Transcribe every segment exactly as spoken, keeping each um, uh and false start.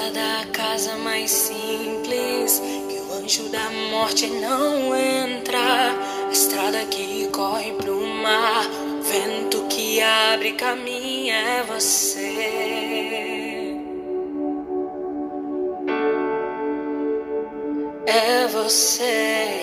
da casa mais simples, que o anjo da morte não entra. A estrada que corre pro mar, vento que abre caminho, é você. É você.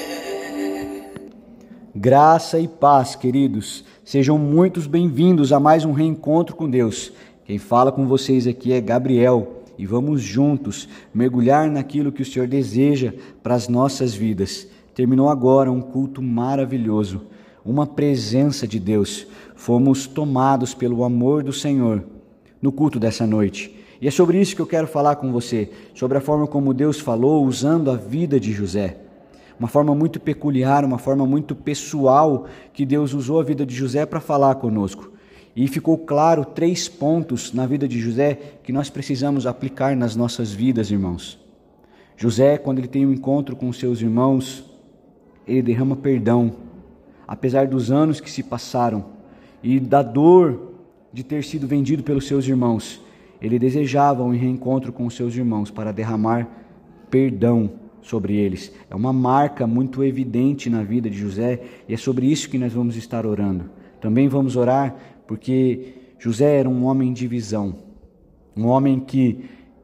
Graça e paz, queridos. Sejam muito bem-vindos a mais um reencontro com Deus. Quem fala com vocês aqui é Gabriel e vamos juntos mergulhar naquilo que o Senhor deseja para as nossas vidas. Terminou agora um culto maravilhoso, uma presença de Deus. Fomos tomados pelo amor do Senhor no culto dessa noite. E é sobre isso que eu quero falar com você, sobre a forma como Deus falou usando a vida de José. Uma forma muito peculiar, uma forma muito pessoal que Deus usou a vida de José para falar conosco. E ficou claro três pontos na vida de José que nós precisamos aplicar nas nossas vidas, irmãos. José, quando ele tem um encontro com seus irmãos, ele derrama perdão, apesar dos anos que se passaram e da dor de ter sido vendido pelos seus irmãos. Ele desejava um reencontro com os seus irmãos para derramar perdão sobre eles. É uma marca muito evidente na vida de José e é sobre isso que nós vamos estar orando. Também vamos orar porque José era um homem de visão, um homem que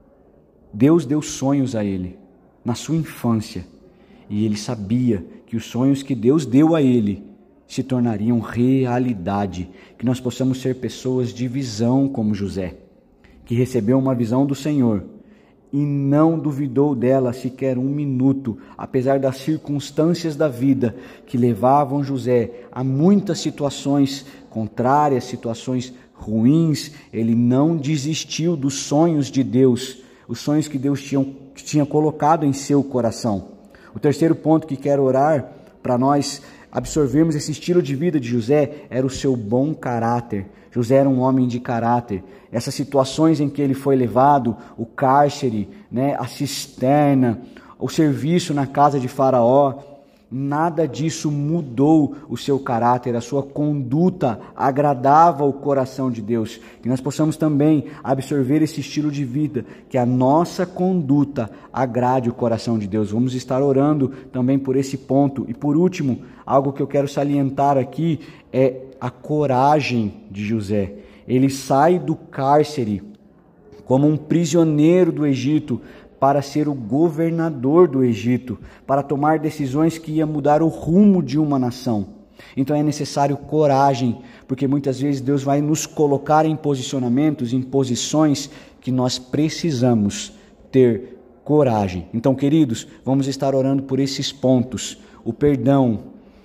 Deus deu sonhos a ele na sua infância e ele sabia que os sonhos que Deus deu a ele se tornariam realidade, que nós possamos ser pessoas de visão como José, que recebeu uma visão do Senhor e não duvidou dela sequer um minuto, apesar das circunstâncias da vida que levavam José a muitas situações contrárias, situações ruins. Ele não desistiu dos sonhos de Deus, os sonhos que Deus tinha, tinha colocado em seu coração. O terceiro ponto que quero orar para nós absorvermos esse estilo de vida de José era o seu bom caráter. José era um homem de caráter. Essas situações em que ele foi levado, o cárcere, né, a cisterna, o serviço na casa de Faraó, nada disso mudou o seu caráter, a sua conduta agradava o coração de Deus. Que nós possamos também absorver esse estilo de vida, que a nossa conduta agrade o coração de Deus. Vamos estar orando também por esse ponto. E por último, algo que eu quero salientar aqui é a coragem de José. Ele sai do cárcere como um prisioneiro do Egito para ser o governador do Egito, para tomar decisões que iam mudar o rumo de uma nação. Então é necessário coragem, porque muitas vezes Deus vai nos colocar em posicionamentos, em posições que nós precisamos ter coragem. Então, queridos, vamos estar orando por esses pontos: o perdão,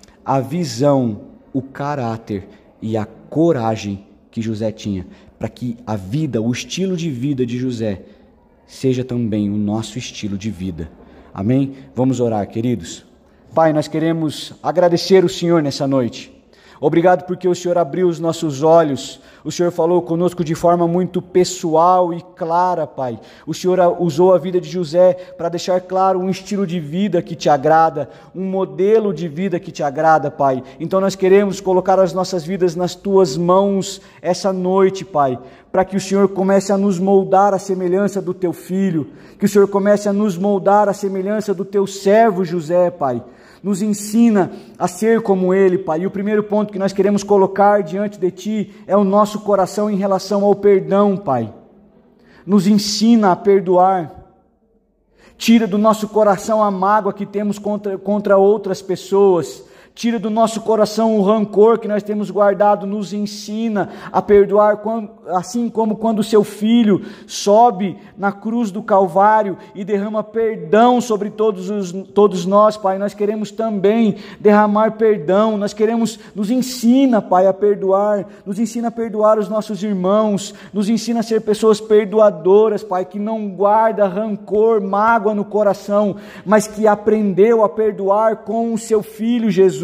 a visão, o caráter e a coragem que José tinha, para que a vida, o estilo de vida de José seja também o nosso estilo de vida. Amém? Vamos orar, queridos. Pai, nós queremos agradecer o Senhor nessa noite. Obrigado porque o Senhor abriu os nossos olhos, o Senhor falou conosco de forma muito pessoal e clara, Pai. O Senhor usou a vida de José para deixar claro um estilo de vida que te agrada, um modelo de vida que te agrada, Pai. Então nós queremos colocar as nossas vidas nas Tuas mãos essa noite, Pai, para que o Senhor comece a nos moldar à semelhança do Teu Filho, que o Senhor comece a nos moldar à semelhança do Teu servo José, Pai. Nos ensina a ser como Ele, Pai. E o primeiro ponto que nós queremos colocar diante de Ti é o nosso coração em relação ao perdão, Pai. Nos ensina a perdoar. Tira do nosso coração a mágoa que temos contra, contra outras pessoas. Tira do nosso coração o rancor que nós temos guardado. Nos ensina a perdoar, assim como quando o Seu Filho sobe na cruz do Calvário e derrama perdão sobre todos, os, todos nós, Pai. Nós queremos também derramar perdão. Nós queremos, nos ensina, Pai, a perdoar. Nos ensina a perdoar os nossos irmãos. Nos ensina a ser pessoas perdoadoras, Pai, que não guarda rancor, mágoa no coração, mas que aprendeu a perdoar com o Seu Filho Jesus.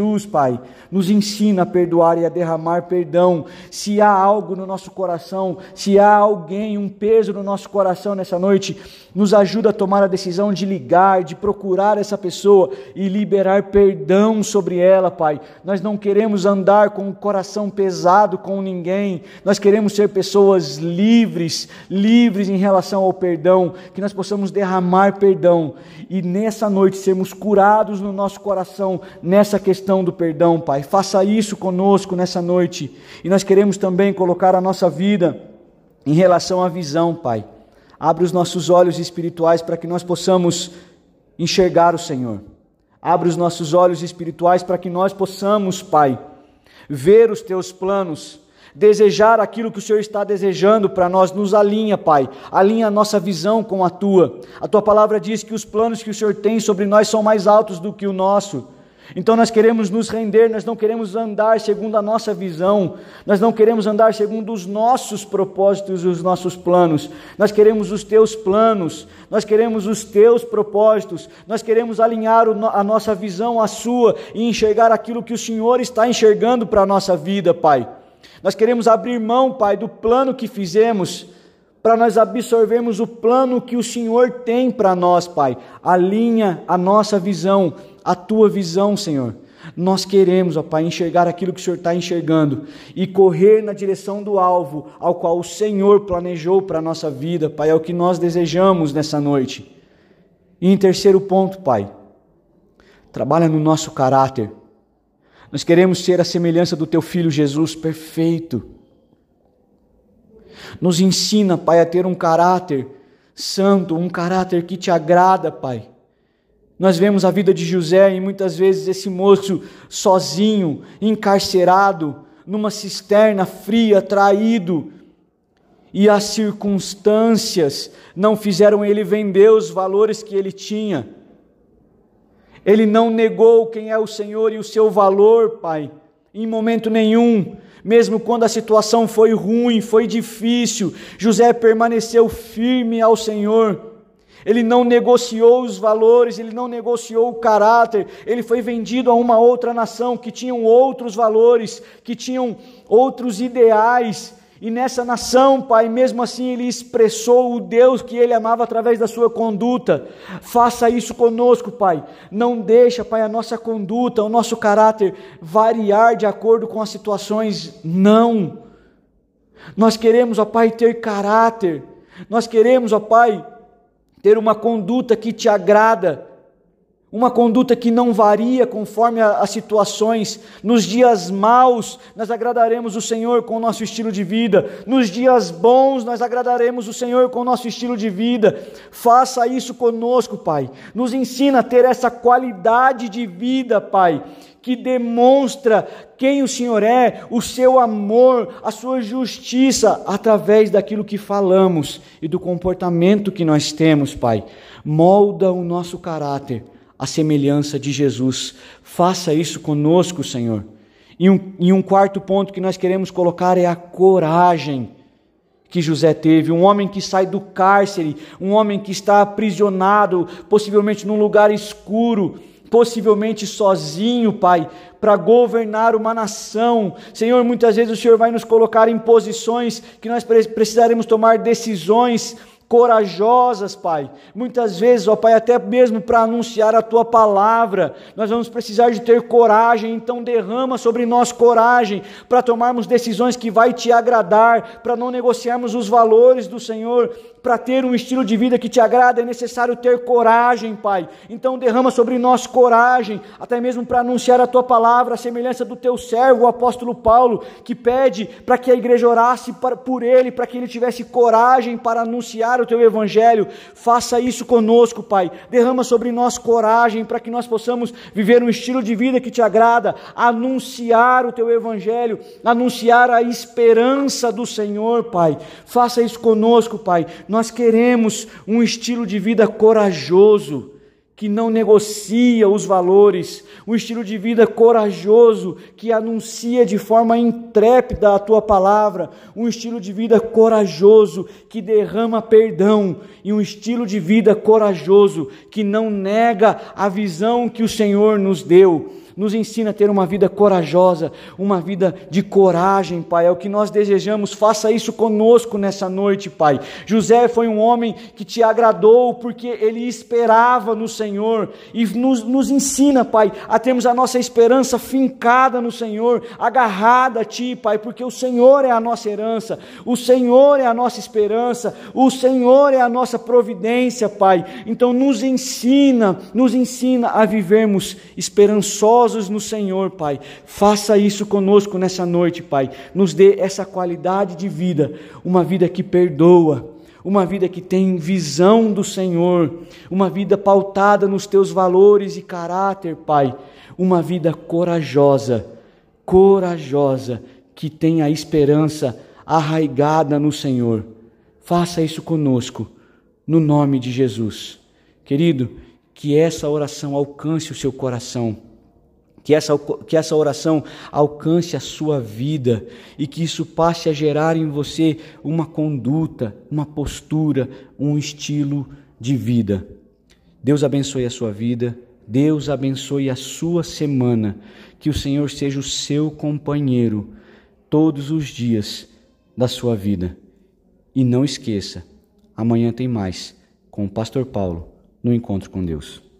Jesus, Pai, nos ensina a perdoar e a derramar perdão. Se há algo no nosso coração, se há alguém, um peso no nosso coração nessa noite, nos ajuda a tomar a decisão de ligar, de procurar essa pessoa e liberar perdão sobre ela, Pai. Nós não queremos andar com o coração pesado com ninguém, nós queremos ser pessoas livres, livres em relação ao perdão, que nós possamos derramar perdão e nessa noite sermos curados no nosso coração nessa questão do perdão, Pai. Faça isso conosco nessa noite. E nós queremos também colocar a nossa vida em relação à visão, Pai. Abre os nossos olhos espirituais para que nós possamos enxergar o Senhor. Abre os nossos olhos espirituais para que nós possamos, Pai, ver os Teus planos, desejar aquilo que o Senhor está desejando para nós. Nos alinha, Pai, alinha a nossa visão com a Tua. A Tua palavra diz que os planos que o Senhor tem sobre nós são mais altos do que o nosso. Então nós queremos nos render, nós não queremos andar segundo a nossa visão, nós não queremos andar segundo os nossos propósitos e os nossos planos, nós queremos os Teus planos, nós queremos os Teus propósitos, nós queremos alinhar a nossa visão à Sua e enxergar aquilo que o Senhor está enxergando para a nossa vida, Pai. Nós queremos abrir mão, Pai, do plano que fizemos, para nós absorvermos o plano que o Senhor tem para nós, Pai. Alinha a nossa visão, a Tua visão, Senhor. Nós queremos, ó Pai, enxergar aquilo que o Senhor está enxergando e correr na direção do alvo ao qual o Senhor planejou para a nossa vida, Pai. É o que nós desejamos nessa noite. E em terceiro ponto, Pai, trabalha no nosso caráter. Nós queremos ser a semelhança do Teu Filho Jesus perfeito. Nos ensina, Pai, a ter um caráter santo, um caráter que Te agrada, Pai. Nós vemos a vida de José e muitas vezes esse moço sozinho, encarcerado, numa cisterna fria, traído, e as circunstâncias não fizeram ele vender os valores que ele tinha. Ele não negou quem é o Senhor e o seu valor, Pai, em momento nenhum. Mesmo quando a situação foi ruim, foi difícil, José permaneceu firme ao Senhor. Ele não negociou os valores, ele não negociou o caráter, ele foi vendido a uma outra nação que tinham outros valores, que tinham outros ideais, e nessa nação, Pai, mesmo assim ele expressou o Deus que ele amava através da sua conduta. Faça isso conosco, Pai. Não deixa, Pai, a nossa conduta, o nosso caráter variar de acordo com as situações, não. Nós queremos, ó Pai, ter caráter, nós queremos, ó Pai, ter uma conduta que Te agrada, uma conduta que não varia conforme as situações. Nos dias maus, nós agradaremos o Senhor com o nosso estilo de vida. Nos dias bons, nós agradaremos o Senhor com o nosso estilo de vida. Faça isso conosco, Pai. Nos ensina a ter essa qualidade de vida, Pai, que demonstra quem o Senhor é, o seu amor, a sua justiça, através daquilo que falamos e do comportamento que nós temos, Pai. Molda o nosso caráter à semelhança de Jesus. Faça isso conosco, Senhor. E um, e um quarto ponto que nós queremos colocar é a coragem que José teve. Um homem que sai do cárcere, um homem que está aprisionado, possivelmente num lugar escuro, possivelmente sozinho, Pai, para governar uma nação. Senhor, muitas vezes o Senhor vai nos colocar em posições que nós precisaremos tomar decisões corajosas, Pai. Muitas vezes, ó Pai, até mesmo para anunciar a Tua palavra, nós vamos precisar de ter coragem. Então derrama sobre nós coragem para tomarmos decisões que vai Te agradar, para não negociarmos os valores do Senhor. Para ter um estilo de vida que Te agrada é necessário ter coragem, Pai. Então derrama sobre nós coragem, até mesmo para anunciar a Tua palavra, a semelhança do Teu servo, o apóstolo Paulo, que pede para que a igreja orasse por ele, para que ele tivesse coragem para anunciar o Teu evangelho. Faça isso conosco, Pai. Derrama sobre nós coragem para que nós possamos viver um estilo de vida que Te agrada, anunciar o Teu evangelho, anunciar a esperança do Senhor, Pai. Faça isso conosco, Pai. Nós queremos um estilo de vida corajoso, que não negocia os valores, um estilo de vida corajoso, que anuncia de forma intrépida a Tua palavra, um estilo de vida corajoso, que derrama perdão, e um estilo de vida corajoso, que não nega a visão que o Senhor nos deu. Nos ensina a ter uma vida corajosa, uma vida de coragem, Pai. É o que nós desejamos. Faça isso conosco nessa noite, Pai. José foi um homem que te agradou porque ele esperava no Senhor. E nos, nos ensina, Pai, a termos a nossa esperança fincada no Senhor, agarrada a Ti, Pai, porque o Senhor é a nossa herança, o Senhor é a nossa esperança, o Senhor é a nossa providência, Pai. Então nos ensina, nos ensina a vivermos esperançosos no Senhor, Pai. Faça isso conosco nessa noite, Pai. Nos dê essa qualidade de vida, uma vida que perdoa, uma vida que tem visão do Senhor, uma vida pautada nos Teus valores e caráter, Pai. Uma vida corajosa, corajosa, que tem a esperança arraigada no Senhor. Faça isso conosco, no nome de Jesus. Querido, que essa oração alcance o seu coração, que essa, que essa oração alcance a sua vida e que isso passe a gerar em você uma conduta, uma postura, um estilo de vida. Deus abençoe a sua vida, Deus abençoe a sua semana, que o Senhor seja o seu companheiro todos os dias da sua vida. E não esqueça, amanhã tem mais com o Pastor Paulo no Encontro com Deus.